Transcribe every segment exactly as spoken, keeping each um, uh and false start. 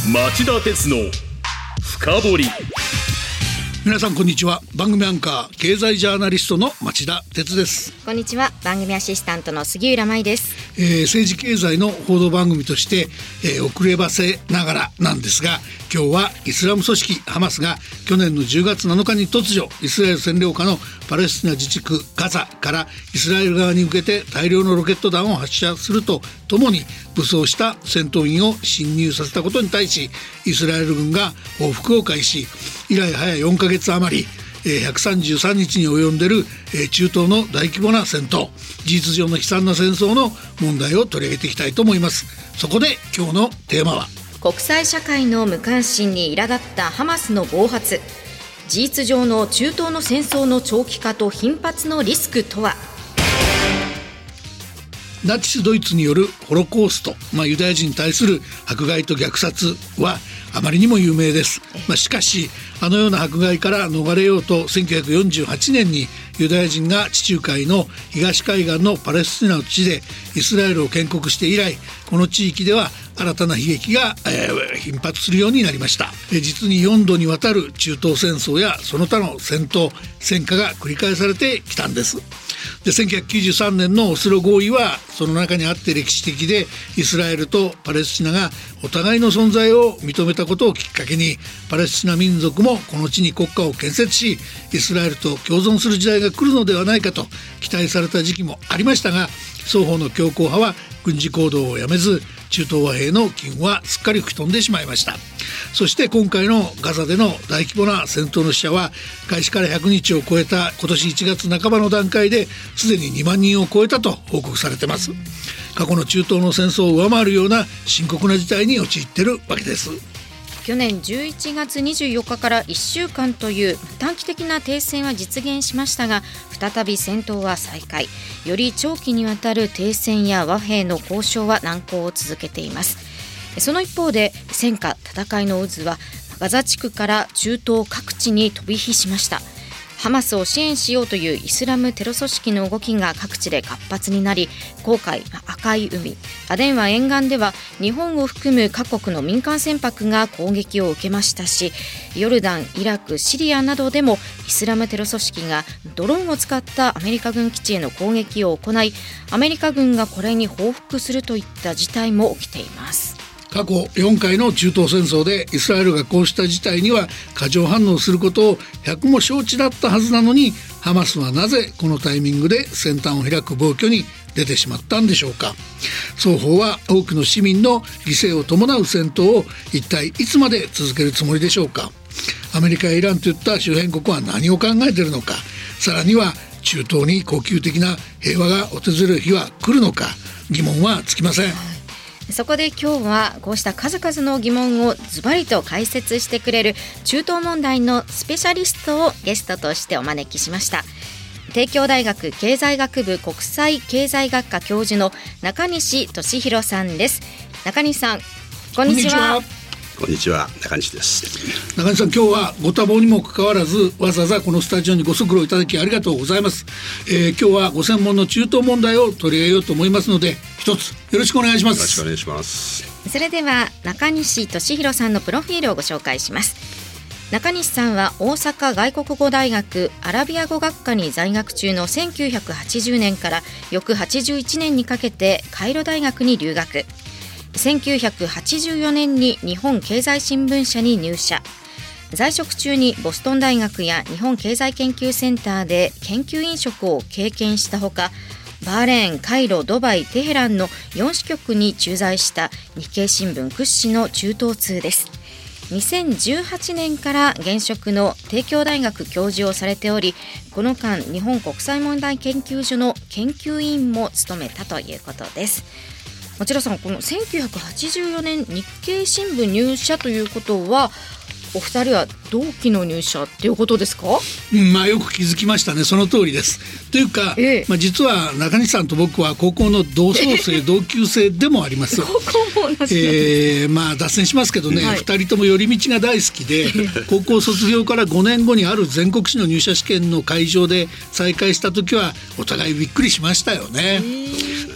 町田鉄の深掘り。 皆さんこんにちは。番組アンカー経済ジャーナリストの町田鉄です。 こんにちは。番組アシスタントの杉浦舞です。 えー、政治経済の報道番組として、えー、遅ればせながらなんですが、今日はイスラム組織ハマスが去年のじゅうがつなのかに突如イスラエル占領下のパレスチナ自治区ガザからイスラエル側に向けて大量のロケット弾を発射するとともに武装した戦闘員を侵入させたことに対し、イスラエル軍が報復を開始。以来早よんかげつ余り、ひゃくさんじゅうさんにちに及んでいる中東の大規模な戦闘、事実上の悲惨な戦争の問題を取り上げていきたいと思います。そこで今日のテーマは、 国際社会の無関心に苛立ったハマスの暴発、事実上の中東の戦争の長期化と頻発のリスクとは。 ナチスドイツによるホロコースト、まあ、ユダヤ人に対する迫害と虐殺はあまりにも有名です。まあ、しかしあのような迫害から逃れようとせんきゅうひゃくよんじゅうはちねんにユダヤ人が地中海の東海岸のパレスチナの地でイスラエルを建国して以来、この地域では新たな悲劇が、えー、頻発するようになりました。え実によんどにわたる中東戦争やその他の戦闘戦火が繰り返されてきたんです。でせんきゅうひゃくきゅうじゅうさんねんのオスロ合意はその中にあって歴史的で、イスラエルとパレスチナがお互いの存在を認めたことをきっかけに、パレスチナ民族もこの地に国家を建設しイスラエルと共存する時代が来るのではないかと期待された時期もありましたが、双方の強硬派は軍事行動をやめず、中東和平の機運はすっかり吹き飛んでしまいました。そして今回のガザでの大規模な戦闘の死者は開始からひゃくにちを超えた今年いちがつなかばの段階ですでににまんにんを超えたと報告されています。過去の中東の戦争を上回るような深刻な事態に陥っているわけです。 去年じゅういちがつにじゅうよっかからいっしゅうかんという短期的な停戦は実現しましたが、再び戦闘は再開。より長期にわたる停戦や和平の交渉は難航を続けています。その一方で戦火戦いの渦はガザ地区から中東各地に飛び火しました。ハマスを支援しようというイスラムテロ組織の動きが各地で活発になり、紅海、赤い海、アデン湾沿岸では日本を含む各国の民間船舶が攻撃を受けましたし、ヨルダン、イラク、シリアなどでもイスラムテロ組織がドローンを使ったアメリカ軍基地への攻撃を行い、アメリカ軍がこれに報復するといった事態も起きています。 過去よんかいの中東戦争でイスラエルがこうした事態には過剰反応することを百も承知だったはずなのに、ハマスはなぜこのタイミングで先端を開く暴挙に出てしまったんでしょうか。双方は多くの市民の犠牲を伴う戦闘を一体いつまで続けるつもりでしょうか。アメリカやイランといった周辺国は何を考えているのか、さらには中東に恒久的な平和が訪れる日は来るのか、疑問はつきません。 そこで今日はこうした数々の疑問をズバリと解説してくれる中東問題のスペシャリストをゲストとしてお招きしました。帝京大学経済学部国際経済学科教授の中西俊弘さんです。中西さん、こんにちは。 こんにちは、中西です。 中西さん、今日はご多忙にもかかわらずわざわざこのスタジオにご足労いただきありがとうございます。えー、今日はご専門の中東問題を取り上げようと思いますので、一つよろしくお願いします。 よろしくお願いします。 それでは中西俊弘さんのプロフィールをご紹介します。中西さんは大阪外国語大学アラビア語学科に在学中のせんきゅうひゃくはちじゅうねんから翌はちじゅういちねんにかけてカイロ大学に留学。せんきゅうひゃくはちじゅうよねんに日本経済新聞社に入社。在職中にボストン大学や日本経済研究センターで研究員職を経験したほか、バーレーン、カイロ、ドバイ、テヘランのよん支局に駐在した日経新聞屈指の中東通です。にせんじゅうはちねんから現職の帝京大学教授をされており、この間日本国際問題研究所の研究員も務めたということです。町田さん、このせんきゅうひゃくはちじゅうよねん日経新聞入社ということは、お二人は同期の入社っていうことですか？ うん、まあよく気づきましたね。その通りです。というか、ええまあ、実は中西さんと僕は高校の同窓生同級生でもあります。 高校も同じ、 えー、まあ脱線しますけどね、 はい、 ふたりとも寄り道が大好きで高校卒業からごねんごにある全国紙の入社試験の会場で再会した時はお互いびっくりしましたよね。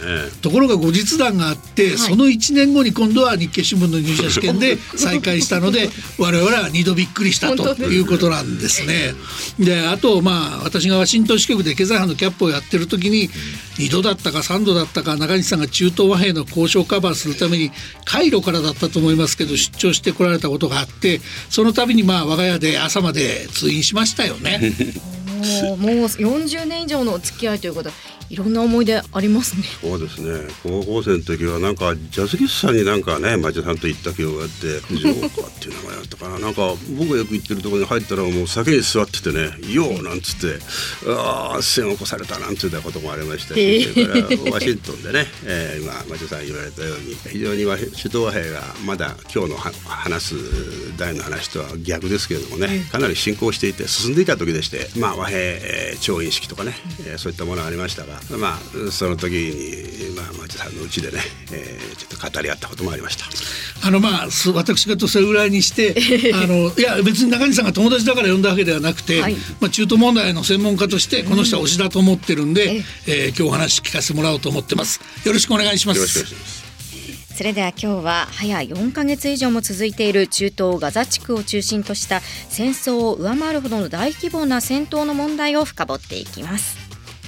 ところが後日談があって、はい、そのいちねんごに今度は日経新聞の入社試験で再開したので我々はにどびっくりしたということなんですね。であとまあ私がワシントン支局で経済班のキャップをやってる時ににどだったかさんどだったか中西さんが中東和平の交渉をカバーするためにカイロからだったと思いますけど出張してこられたことがあって、その度にまあ我が家で朝まで通院しましたよね。 もう、もうよんじゅうねん以上のお付き合いということでいろんな思い出ありますね。 そうですね。高校生の時はなんかジャズ喫茶になんかね町田さんと行った記憶があって、藤岡っていう名前だったかな。なんか僕がよく行ってるところに入ったらもう先に座っててねよーなんつってああ線を起こされたなんて言ったこともありましたし、えー、それからワシントンでね、えー、今町田さん言われたように非常に和平首都和平がまだ今日の話す題の話とは逆ですけれどもね、かなり進行していて進んでいた時でして、まあ和平、えー、調印式とかね、えー、そういったものがありましたが、まあその時に、まあ、町田さんのうちでね、えー、ちょっと語り合ったこともありました。 あのまあ私がとそれぐらいにしてあのいや別に中西さんが友達だから呼んだわけではなくて、はい、まあ、中東問題の専門家としてこの人は推しだと思ってるんで、うん、えー、今日お話聞かせてもらおうと思ってます。よろしくお願いします。 よろしくお願いします。 それでは今日は早よんかげつ以上も続いている中東ガザ地区を中心とした戦争を上回るほどの大規模な戦闘の問題を深掘っていきます。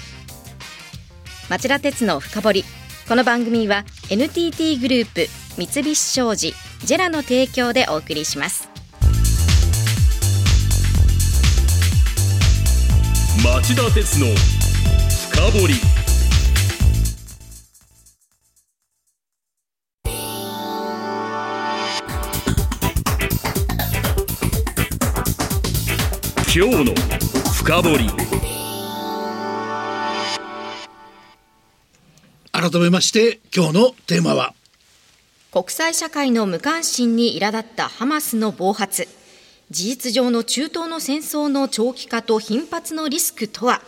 町田鉄の深掘り、この番組は エヌティーティー グループ、三菱商事、ジェラの提供でお送りします。 町田鉄の深掘り。今日の深掘り。 改めまして今日のテーマは、 国際社会の無関心に苛立ったハマスの暴発、事実上の中東の戦争の長期化と頻発のリスクとは。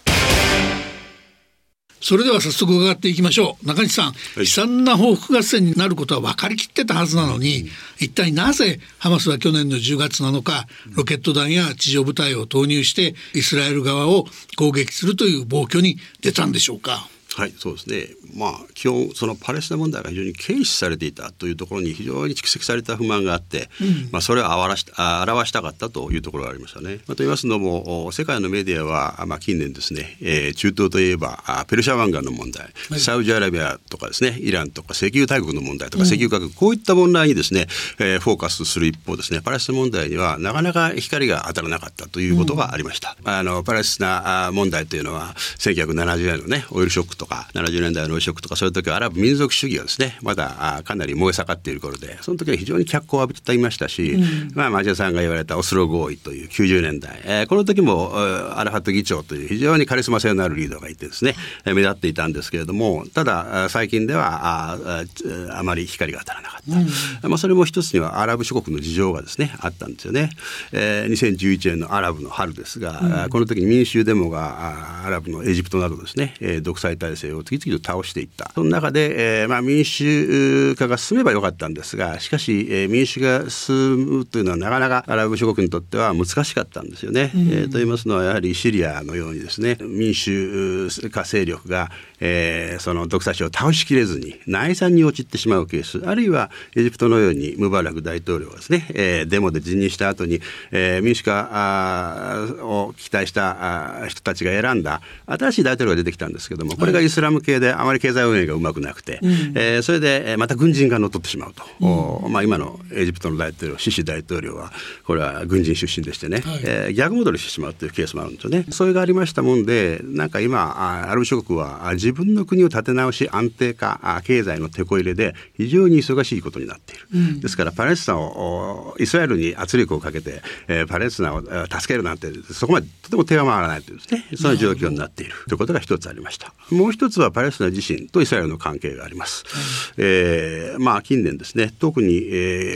それでは早速伺っていきましょう。中西さん、はい、悲惨な報復合戦になることは分かりきってたはずなのに、うん、一体なぜハマスは去年のじゅうがつなのかロケット弾や地上部隊を投入してイスラエル側を攻撃するという暴挙に出たんでしょうか。 はい、そうですね。まあ基本そのパレスチナ問題が非常に軽視されていたというところに非常に蓄積された不満があって、うん、まあ、それを表し、表したかったというところがありましたね。まあ、と言いますのも世界のメディアは、まあ、近年ですね、えー、中東といえばペルシャ湾岸の問題、はい、サウジアラビアとかですね、イランとか石油大国の問題とか石油価格、うん、こういった問題にですね、えー、フォーカスする一方ですね、パレスチナ問題にはなかなか光が当たらなかったということがありました。うん、あのパレスチナ問題というのはせんきゅうひゃくななじゅうねんのねオイルショックとかななじゅうねんだいのオイルショックとか、そういう時はアラブ民族主義がですねまだかなり燃え盛っている頃で、その時は非常に脚光を浴びていましたし、うん、まあ、町田さんが言われたオスロ合意というきゅうじゅうねんだい、えー、この時もアラファット議長という非常にカリスマ性のあるリーダーがいてですね、目立っていたんですけれども、ただ最近では あ, あまり光が当たらなかった、うん、まあ、それも一つにはアラブ諸国の事情がですねあったんですよね。えー、にせんじゅういちねんのアラブの春ですが、うん、この時に民衆デモがアラブのエジプトなどですね、えー、独裁体制を次々と倒していった。その中で、えーまあ、民主化が進めばよかったんですが、しかし、えー、民主が進むというのはなかなかアラブ諸国にとっては難しかったんですよね。うん、えー、と言いますのはやはりシリアのようにですね、民主化勢力が、えー、その独裁者を倒しきれずに内戦に陥ってしまうケース、あるいはエジプトのようにムバラク大統領がですね、えー、デモで辞任した後に、えー、民主化を期待した人たちが選んだ新しい大統領が出てきたんですけども、これがイスラム系であまり経済運営がうまくなくて、うん、えー、それでまた軍人が乗っ取ってしまうと、うん、まあ、今のエジプトの大統領シシ大統領はこれは軍人出身でしてね、はい、えー、逆戻りしてしまうというケースもあるんですよね。それがありましたもんで、なんか今アラブ諸国は自分の国を立て直し安定化、経済のテこ入れで非常に忙しいことになっている、うん、ですからパレスチナをイスラエルに圧力をかけて、えー、パレスチナを助けるなんてそこまでとても手が回らないというですね、そういう状況になっているということが一つありました。もう一つはパレスチナ自身とイスラエルの関係があります。うん、えー、まあ近年ですね、特に、えー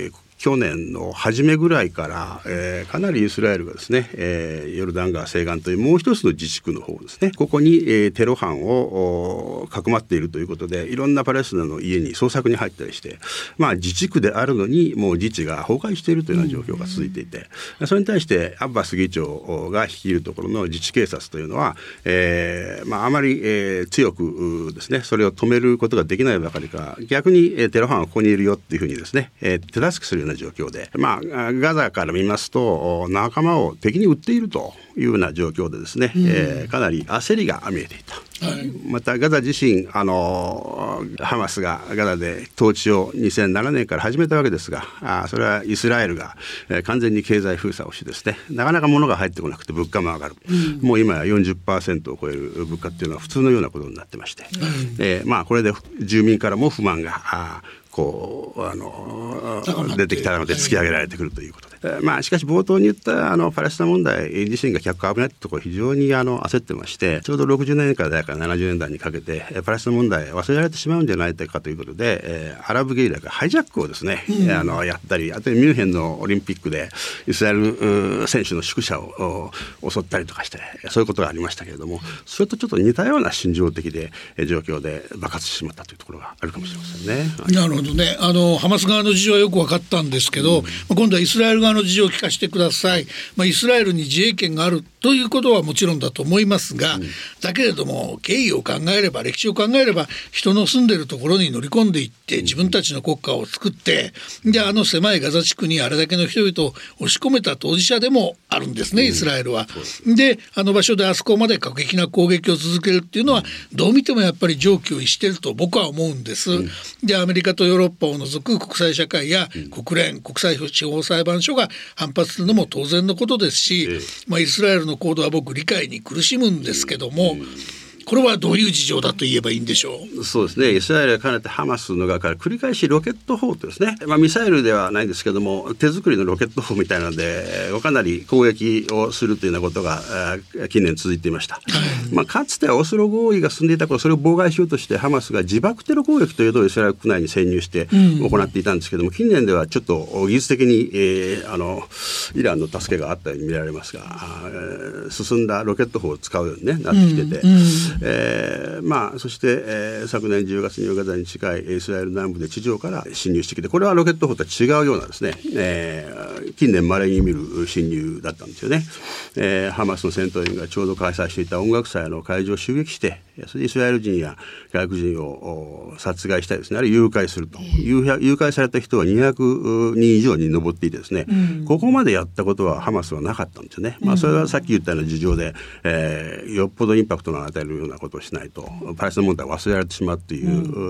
去年の初めぐらいから、えー、かなりイスラエルがですね、えー、ヨルダン川西岸というもう一つの自治区の方ですね、ここに、えー、テロ犯をかくまっているということで、いろんなパレスチナの家に捜索に入ったりして、まあ、自治区であるのにもう自治が崩壊しているというような状況が続いていて、うん、それに対してアッバス議長が率いるところの自治警察というのは、えーまあ、あまり、えー、強くですね、それを止めることができないばかりか、逆に、えー、テロ犯はここにいるよっていうふうにですね、えー、手助けするような状況で、まあ、ガザから見ますと仲間を敵に撃っているというような状況でですね、うん、えー、かなり焦りが見えていた。はい、またガザ自身、あのハマスがガザで統治をにせんななねんから始めたわけですが、あそれはイスラエルが、えー、完全に経済封鎖をしてですね、なかなか物が入ってこなくて物価も上がる、うん、もう今や よんじゅっパーセント を超える物価っていうのは普通のようなことになってまして、うん、えーまあ、これで住民からも不満があこうあの出てきたので突き上げられてくるということで、えーまあ、しかし冒頭に言ったあのパレスチナ問題自身が脚光を浴びないというところ非常にあの焦ってまして、ちょうどろくじゅうねんからだからななじゅうねんだいにかけてパレスチナ問題忘れられてしまうんじゃないかということで、えー、アラブゲリラがハイジャックをですね、うん、あのやったり、あとミュンヘンのオリンピックでイスラエル選手の宿舎を襲ったりとかして、そういうことがありましたけれども、それとちょっと似たような心情的で状況で爆発してしまったというところがあるかもしれませんね。はい、 なるほどね。あのハマス側の事情はよく分かったんですけど、うん、今度はイスラエル側の事情を聞かせてください。まあ、イスラエルに自衛権があるということはもちろんだと思いますが、うん、だけれども経緯を考えれば、歴史を考えれば、人の住んでるところに乗り込んでいって自分たちの国家を作って、であの狭いガザ地区にあれだけの人々を押し込めた当事者でもあるんですね、イスラエルは。であの場所であそこまで過激な攻撃を続けるっていうのはどう見てもやっぱり常軌を逸していると僕は思うんです。でアメリカとヨーロッパを除く国際社会や国連、国際司法裁判所が反発するのも当然のことですし、まあ、イスラエルの行動は僕理解に苦しむんですけども、これはどういう事情だと言えばいいんでしょう。 そうですね、イスラエルはかねてハマスの側から繰り返しロケット砲とですね、まあ、ミサイルではないんですけども手作りのロケット砲みたいなのでかなり攻撃をするというようなことが近年続いていました。まあ、かつてはオスロ合意が進んでいた頃、それを妨害しようとしてハマスが自爆テロ攻撃というのをイスラエル国内に潜入して行っていたんですけども、うん、近年ではちょっと技術的に、えー、あのイランの助けがあったように見られますが、進んだロケット砲を使うように、ね、なってきてて、うんうん、えーまあ、そして、えー、昨年じゅうがつにガザに近いイスラエル南部で地上から侵入してきて、これはロケット砲とは違うようなですね、えー、近年稀に見る侵入だったんですよね。えー、ハマスの戦闘員がちょうど開催していた音楽祭の会場を襲撃して、それでイスラエル人や外国人を殺害したりですね、あるいは誘拐すると、誘拐された人はにひゃくにん以上に上っていてですね、うん、ここまでやったことはハマスはなかったんですよね。まあ、それはさっき言ったような事情で、えー、よっぽどインパクトの与えるようなことをしないとパレスチナ問題を忘れられてしまうという、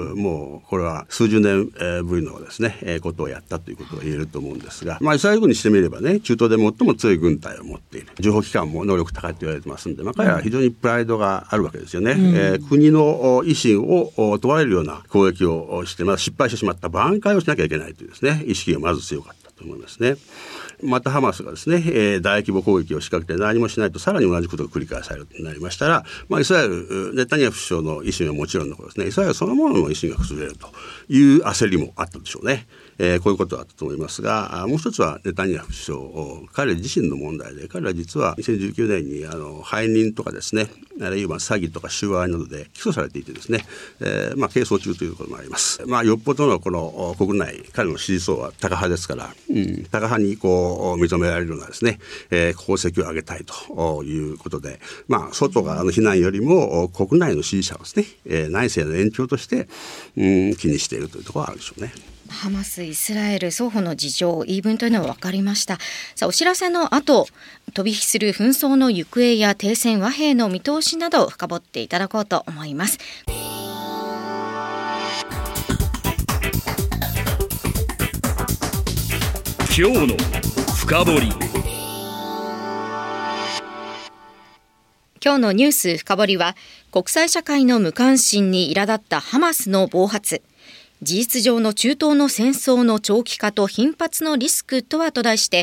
うん、もうこれは数十年ぶりのですね、えー、ことをやったということが言えると思うんですが、まあ、イスラエル軍にしてみればね、中東で最も強い軍隊を持っている、情報機関も能力高いと言われてますんで、まあ、彼らは非常にプライドがあるわけですよね。うん、えー、国の威信を問われるような攻撃をして、まだ失敗してしまった、挽回をしなきゃいけないというですね、意識がまず強かったと思いますね。またハマスがですね、えー、大規模攻撃を仕掛けて何もしないとさらに同じことが繰り返されるとなりましたら、まあ、イスラエルネタニヤフ首相の威信はもちろんのことですね、イスラエルそのものの威信が崩れるという焦りもあったでしょうね。えー、こういうことだったと思いますが、もう一つはネタニヤフ首相、彼自身の問題で、彼は実はにせんじゅうきゅうねんにあの背任とかですね、あるいは詐欺とか収賄などで起訴されていてですね、えーまあ、係争中というところもあります。まあ、よっぽどのこの国内、彼の支持層はタカ派ですから、うん、タカ派にこう認められるようなですね、えー、功績を上げたいということで、まあ、外側の非難よりも国内の支持者をですね、えー、内政の延長として、うん、気にしているというところはあるでしょうね。 ハマス、イスラエル双方の事情、言い分というのは分かりました。さあ、お知らせの後、飛び火する紛争の行方や停戦和平の見通しなどを深掘っていただこうと思います。 今日の深掘り。 今日のニュース深掘りは、国際社会の無関心に苛立ったハマスの暴発、事実上の中東の戦争の長期化と頻発のリスクとはと題して、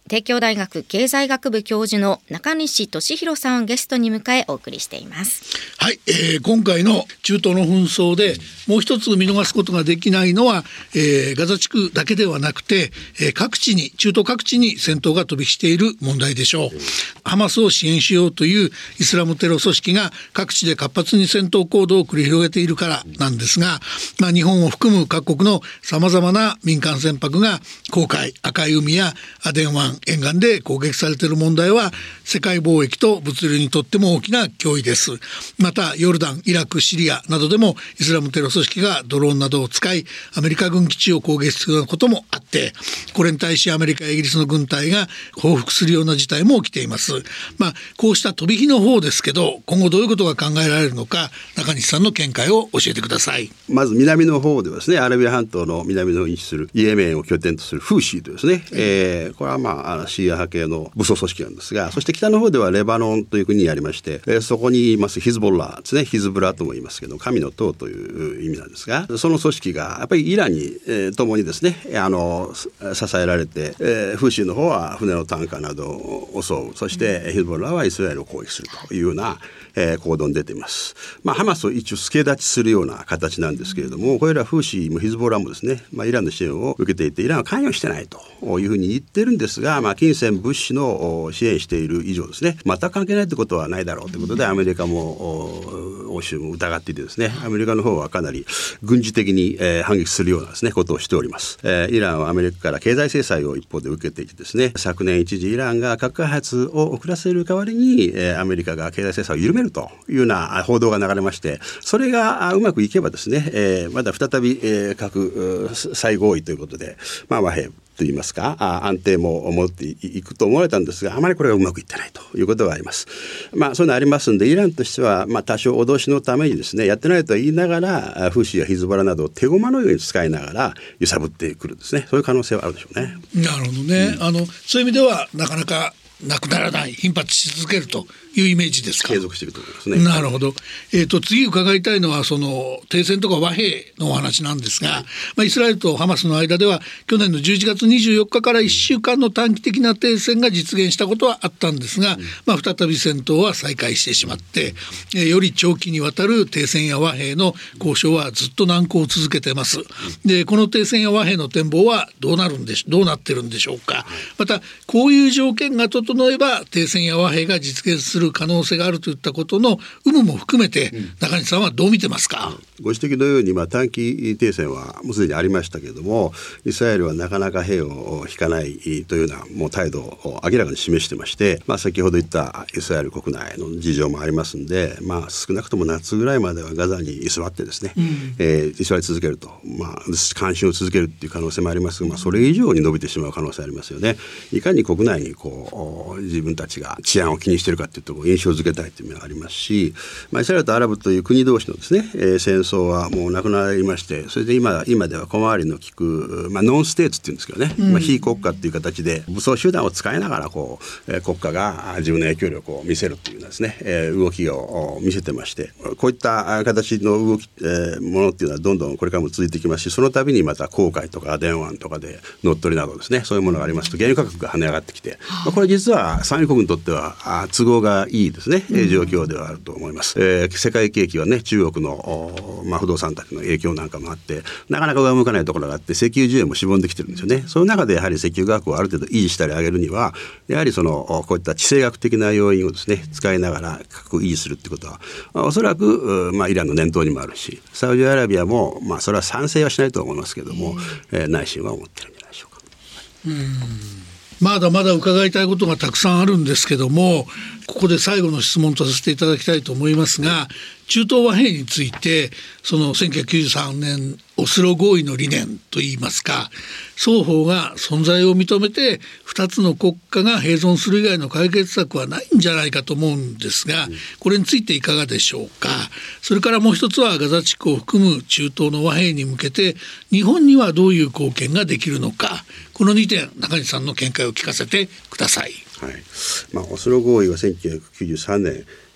帝京大学経済学部教授の中西俊弘さんをゲストに迎えお送りしています。 はい、えー、今回の中東の紛争でもう一つ見逃すことができないのは、えー、ガザ地区だけではなくて、えー、各地に中東各地に戦闘が飛び火している問題でしょう。ハマスを支援しようというイスラムテロ組織が各地で活発に戦闘行動を繰り広げているからなんですが、まあ、日本を含む各国のさまざまな民間船舶が紅海、赤い海やアデン湾沿岸で攻撃されている問題は世界貿易と物流にとっても大きな脅威です。またヨルダン、イラク、シリアなどでもイスラムテロ組織がドローンなどを使いアメリカ軍基地を攻撃するようなこともあって、これに対しアメリカやイギリスの軍隊が報復するような事態も起きています。まあ、こうした飛び火の方ですけど、今後どういうことが考えられるのか、中西さんの見解を教えてください。 まず南の方ではですね、アラビア半島の南の方に位置するイエメンを拠点とするフーシーというですね、えー、これはまあシーア派系の武装組織なんですが、そして北の方ではレバノンという国にありまして、えー、そこにいますヒズボラですね、ヒズブラとも言いますけど神の党という意味なんですが、その組織がやっぱりイランに、えー、共にですねあの支えられて、えー、フーシーの方は船の単価などを襲う、そしてヒズボラはイスラエルを攻撃するというような、えー、行動に出ています。まあ、ハマスを一応助立ちするような形なんですけれども、これらフーシーもヒズボラもですね、まあ、イランの支援を受けていてイランは関与してないというふうに言ってるんですが、まあ、金銭物資の支援している以上ですね、全く関係ないということはないだろうということでアメリカも欧州も疑っていてですね、アメリカの方はかなり軍事的に、えー、反撃するようなですねことをしております。えー、イランはアメリカから経済制裁を一方で受けていてですね、昨年一時イランが核開発を遅らせる代わりに、えー、アメリカが経済制裁を緩めるというような報道が流れまして、それがうまくいけばですね、えー、まだ再び、えー、核再合意ということで、まあ、和平といいますか安定も持っていくと思われたんですが、あまりこれがうまくいってないということがあります。まあ、そういうのありますので、イランとしては、まあ、多少脅しのためにですね、やってないとは言いながらフーシーやヒズボラなどを手駒のように使いながら揺さぶってくるですね、そういう可能性はあるでしょうね。 なるほどね、うん、あのそういう意味ではなかなかなくならない、頻発し続けるというイメージですか。 継続していると思いますね。 なるほど。えーと、次伺いたいのはその停戦とか和平のお話なんですが、まあ、イスラエルとハマスの間では去年のじゅういちがつにじゅうよっかからいっしゅうかんの短期的な停戦が実現したことはあったんですが、うん、まあ、再び戦闘は再開してしまって、えー、より長期にわたる停戦や和平の交渉はずっと難航を続けています。でこの停戦や和平の展望はどうなるんでしどうなってるんでしょうか。またこういう条件が整えば停戦や和平が実現する可能性があるといったことの有無も含めて、うん、中西さんはどう見てますか。 ご指摘のように、まあ、短期停戦はもうすでにありましたけれども、イスラエルはなかなか兵を引かないというようなもう態度を明らかに示してまして、まあ、先ほど言ったイスラエル国内の事情もありますので、まあ、少なくとも夏ぐらいまではガザに居座ってですね、うん、えー、居座り続けると、まあ、監視を続けるという可能性もありますが、まあ、それ以上に伸びてしまう可能性ありますよね。いかに国内にこう自分たちが治安を気にしているかというところを印象づけたいという意味がありますし、まあ、イスラエルとアラブという国同士のですね、えー、戦争はもうなくなりまして、それで 今, 今では小回りの利く、まあ、ノンステーツっていうんですけどね、うん、まあ、非国家っていう形で武装集団を使いながらこう、えー、国家が自分の影響力を見せるというようなですね、えー、動きを見せてまして、こういった形の動き、えー、ものっていうのはどんどんこれからも続いていきますし、その度にまた紅海とかアデン湾とかで乗っ取りなどですね、そういうものがありますと原油価格が跳ね上がってきて、まあ、これ実は産油国にとっては都合がいいですね、うん、状況ではあると思います。えー、世界景気はね、中国の、まあ、不動産たちの影響なんかもあってなかなか上向かないところがあって、石油需要もしぼんできてるんですよね。その中でやはり石油価格をある程度維持したり上げるには、やはりそのこういった地政学的な要因をですね使いながら価格を維持するってことは、まあ、おそらく、まあ、イランの念頭にもあるし、サウジアラビアも、まあ、それは賛成はしないと思いますけども、えー、内心は思ってるんじゃないでしょうか。 うーん、まだまだ伺いたいことがたくさんあるんですけども、ここで最後の質問とさせていただきたいと思いますが、中東和平についてそのせんきゅうひゃくきゅうじゅうさんねんオスロ合意の理念といいますか、双方が存在を認めてふたつの国家が併存する以外の解決策はないんじゃないかと思うんですが、これについていかがでしょうか。それからもう一つはガザ地区を含む中東の和平に向けて日本にはどういう貢献ができるのか、このにてん中西さんの見解を聞かせてください。 はい、まあ、オスロ合意はせんきゅうひゃくきゅうじゅうさんねん、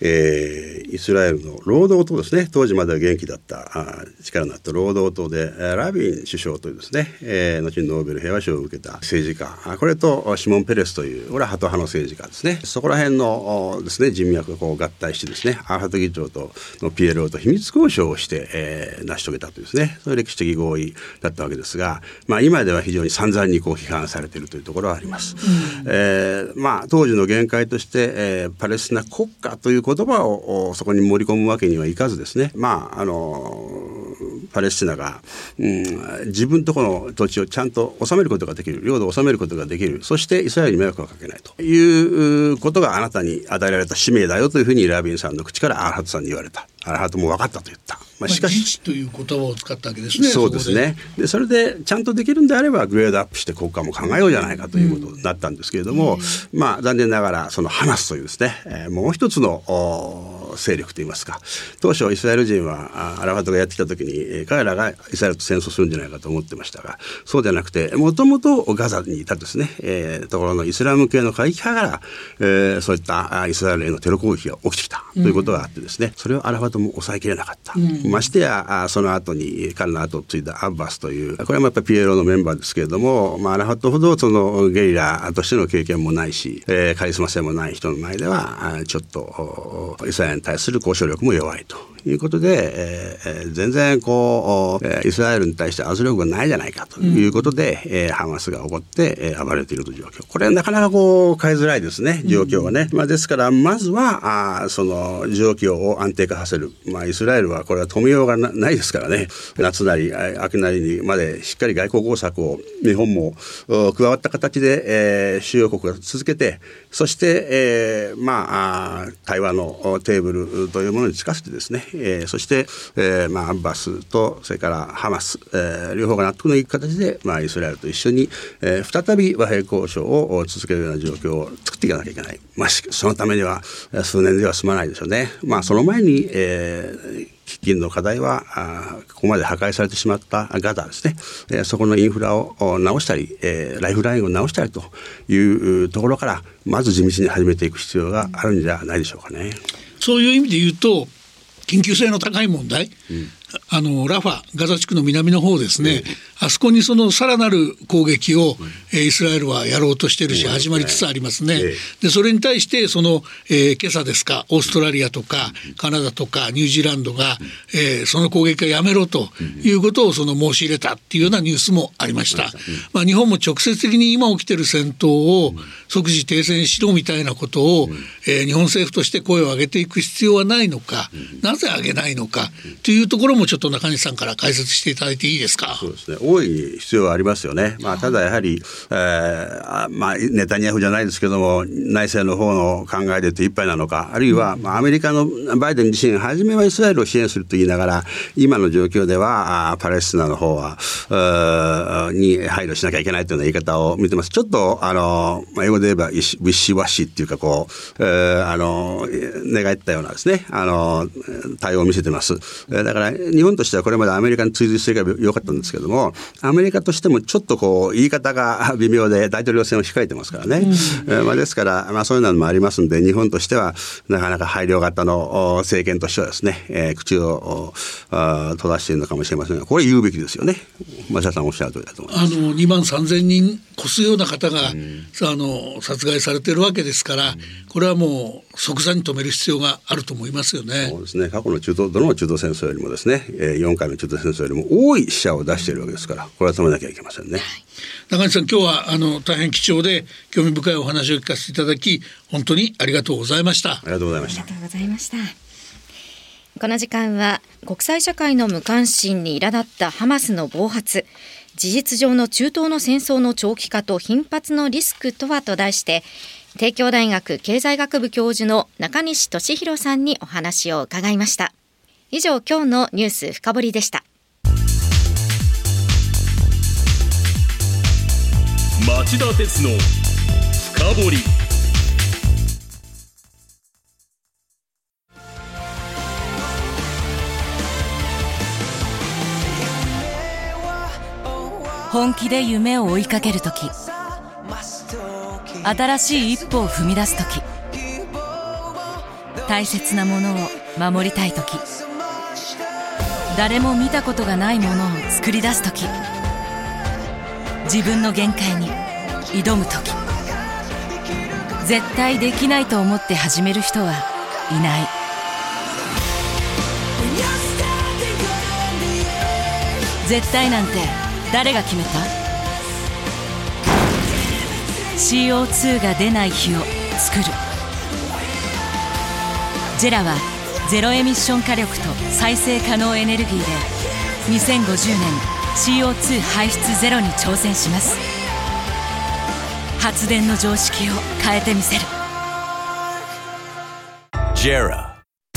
えー、イスラエルの労働党ですね、当時までは元気だったあ力のあった労働党でラビン首相というですね、えー、後にノーベル平和賞を受けた政治家、これとシモン・ペレスというこれはハト派の政治家ですね、そこら辺のですね人脈がこう合体してですね、アラファト議長との ピーエルオー と秘密交渉をして、えー、成し遂げたというですね、そういう歴史的合意だったわけですが、まあ、今では非常に散々にこう批判されているというところはあります。うんえーまあ、当時の限界として、えー、パレスチナ国家という言葉をそこに盛り込むわけにはいかずですね、まあ、あのパレスチナが、うん、自分とこの土地をちゃんと治めることができる、領土を治めることができる、そしてイスラエルに迷惑をかけないということがあなたに与えられた使命だよというふうにラビンさんの口からアラファトさんに言われた。アラファトも分かったと言った。まあ、しかし、 自治という言葉を使ったわけですね。 そうですね。でそれでちゃんとできるんであればグレードアップして国家も考えようじゃないかということになったんですけれども、うん、まあ残念ながらそのハマスというですね、えー、もう一つの勢力といいますか、当初イスラエル人はアラファトがやってきた時に、えー、彼らがイスラエルと戦争するんじゃないかと思ってましたが、そうじゃなくてもともとガザにいたですね、えー、ところのイスラム系の過激派から、えー、そういったイスラエルへのテロ攻撃が起きてきたということがあってですね、うん、それをアラファトも抑えきれなかった、うん、ましてやその後に彼の後を継いだアッバスという、これもやっぱり ピーエルオー のメンバーですけれども、まあ、アラファトほどそのゲリラとしての経験もないし、えー、カリスマ性もない人の前ではちょっとイスラエルに対する交渉力も弱いということで、えー、全然こうイスラエルに対して圧力がないじゃないかということで、うんえー、ハマスが起こって、えー、暴れているという状況、これはなかなかこう変えづらいですね、状況はね、うんまあ、ですからまずはあその状況を安定化させる、まあ、イスラエルはこれは止めようが な, ないですからね、夏なり秋なりにまでしっかり外交工作を日本も加わった形で、えー、主要国が続けて、そして、えー、まあ対話のテーブルというものに近づけてですね、えー、そして、えーまあ、アッバスとそれからハマス、えー、両方が納得のいく形で、まあ、イスラエルと一緒に、えー、再び和平交渉を続けるような状況を作っていかなきゃいけない、まあ、そのためには数年では済まないでしょうね。まあ、その前に、えー喫緊の課題はあここまで破壊されてしまったガザですね、えー、そこのインフラを直したり、えー、ライフラインを直したりというところからまず地道に始めていく必要があるんじゃないでしょうかね。そういう意味で言うと緊急性の高い問題、うん、あのラファガザ地区の南の方ですね、うん、あそこにそのさらなる攻撃を、うんえー、イスラエルはやろうとしているし、うん、始まりつつありますね、えー、でそれに対してその、えー、今朝ですかオーストラリアとかカナダとかニュージーランドが、うんえー、その攻撃をやめろということをその申し入れたっていうようなニュースもありました、うんまあ、日本も直接的に今起きている戦闘を即時停戦しろみたいなことを、うんえー、日本政府として声を上げていく必要はないのか、うん、なぜ上げないのかというところもちょっと中西さんから解説していただいていいですか。 そうですね、大いに必要はありますよね、まあ、ただやはり、えーまあ、ネタニヤフじゃないですけども内政の方の考えで手一杯なのか、あるいは、まあ、アメリカのバイデン自身初めはイスラエルを支援すると言いながら今の状況ではパレスチナの方はに配慮しなきゃいけないというような言い方を見てます。ちょっとあの英語で言えばウィッシュワッシーっていうかこう、えー、あの願ったようなですねあの対応を見せてます。だから日本としてはこれまでアメリカに追随すればよかったんですけども、アメリカとしてもちょっとこう言い方が微妙で大統領選を控えてますからね、うんえーまあ、ですから、まあ、そういうのもありますので日本としてはなかなか配慮型の政権としてはですね、えー、口を閉ざしているのかもしれませんが、これ言うべきですよね。増田さんおっしゃる通りだと思います。 あのにまんさんぜんにん越すような方が、うん、あの殺害されているわけですから、うん、これはもう即座に止める必要があると思いますよね。 そうですね、過去の中東どの中東戦争よりもですね、よんかいの中東戦争よりも多い死者を出しているわけですから、これは止めなきゃいけませんね。 中西さん、今日はあの大変貴重で興味深いお話を聞かせていただき本当にありがとうございました。 ありがとうございました。 ありがとうございました。この時間は国際社会の無関心に苛立ったハマスの暴発、事実上の中東の戦争の長期化と頻発のリスクとはと題して帝京大学経済学部教授の中西俊弘さんにお話を伺いました。以上、今日のニュース深掘りでした。 町田鉄の深掘り。 本気で夢を追いかけるとき、新しい一歩を踏み出すとき、 大切なものを守りたいとき、誰も見たことがないものを作り出すとき、自分の限界に挑むとき、絶対できないと思って始める人はいない。絶対なんて誰が決めた？ シーオーツー が出ない日を作る。ジェラはゼロエミッション火力と再生可能エネルギーでにせんごじゅうねん シーオーツー 排出ゼロに挑戦します。発電の常識を変えてみせる。 ジェラ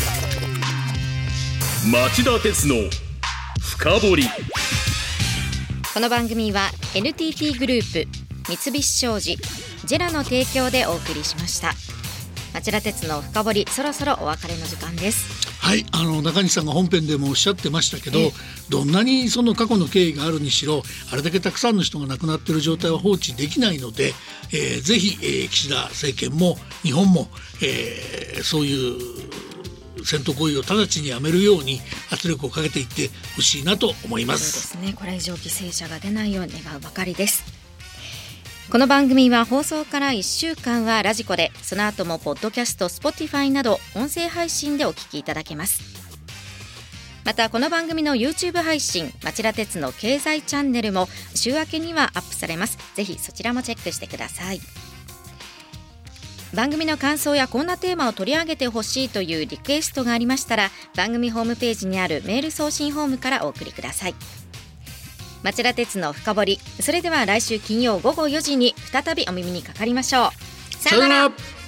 町田鉄の深掘り。 この番組は エヌティーティー グループ、三菱商事、ジェラの提供でお送りしました。町田鉄の深掘り、そろそろお別れの時間です。 はい、あの中西さんが本編でもおっしゃってましたけど、どんなにその過去の経緯があるにしろ、あれだけたくさんの人が亡くなっている状態は放置できないので、えー、ぜひ、えー、岸田政権も日本も、えー、そういう戦闘行為を直ちにやめるように圧力をかけていってほしいなと思います。 そうですね、これ以上犠牲者が出ないよう願うばかりです。この番組は放送からいっしゅうかんはラジコで、その後もポッドキャスト、Spotify など音声配信でお聞きいただけます。またこの番組の YouTube 配信、町田鉄の経済チャンネルも週明けにはアップされます。ぜひそちらもチェックしてください。番組の感想やこんなテーマを取り上げてほしいというリクエストがありましたら、番組ホームページにあるメール送信フォームからお送りください。町田鉄の深掘り、それでは来週金曜ごごよじに再びお耳にかかりましょう。 さよなら。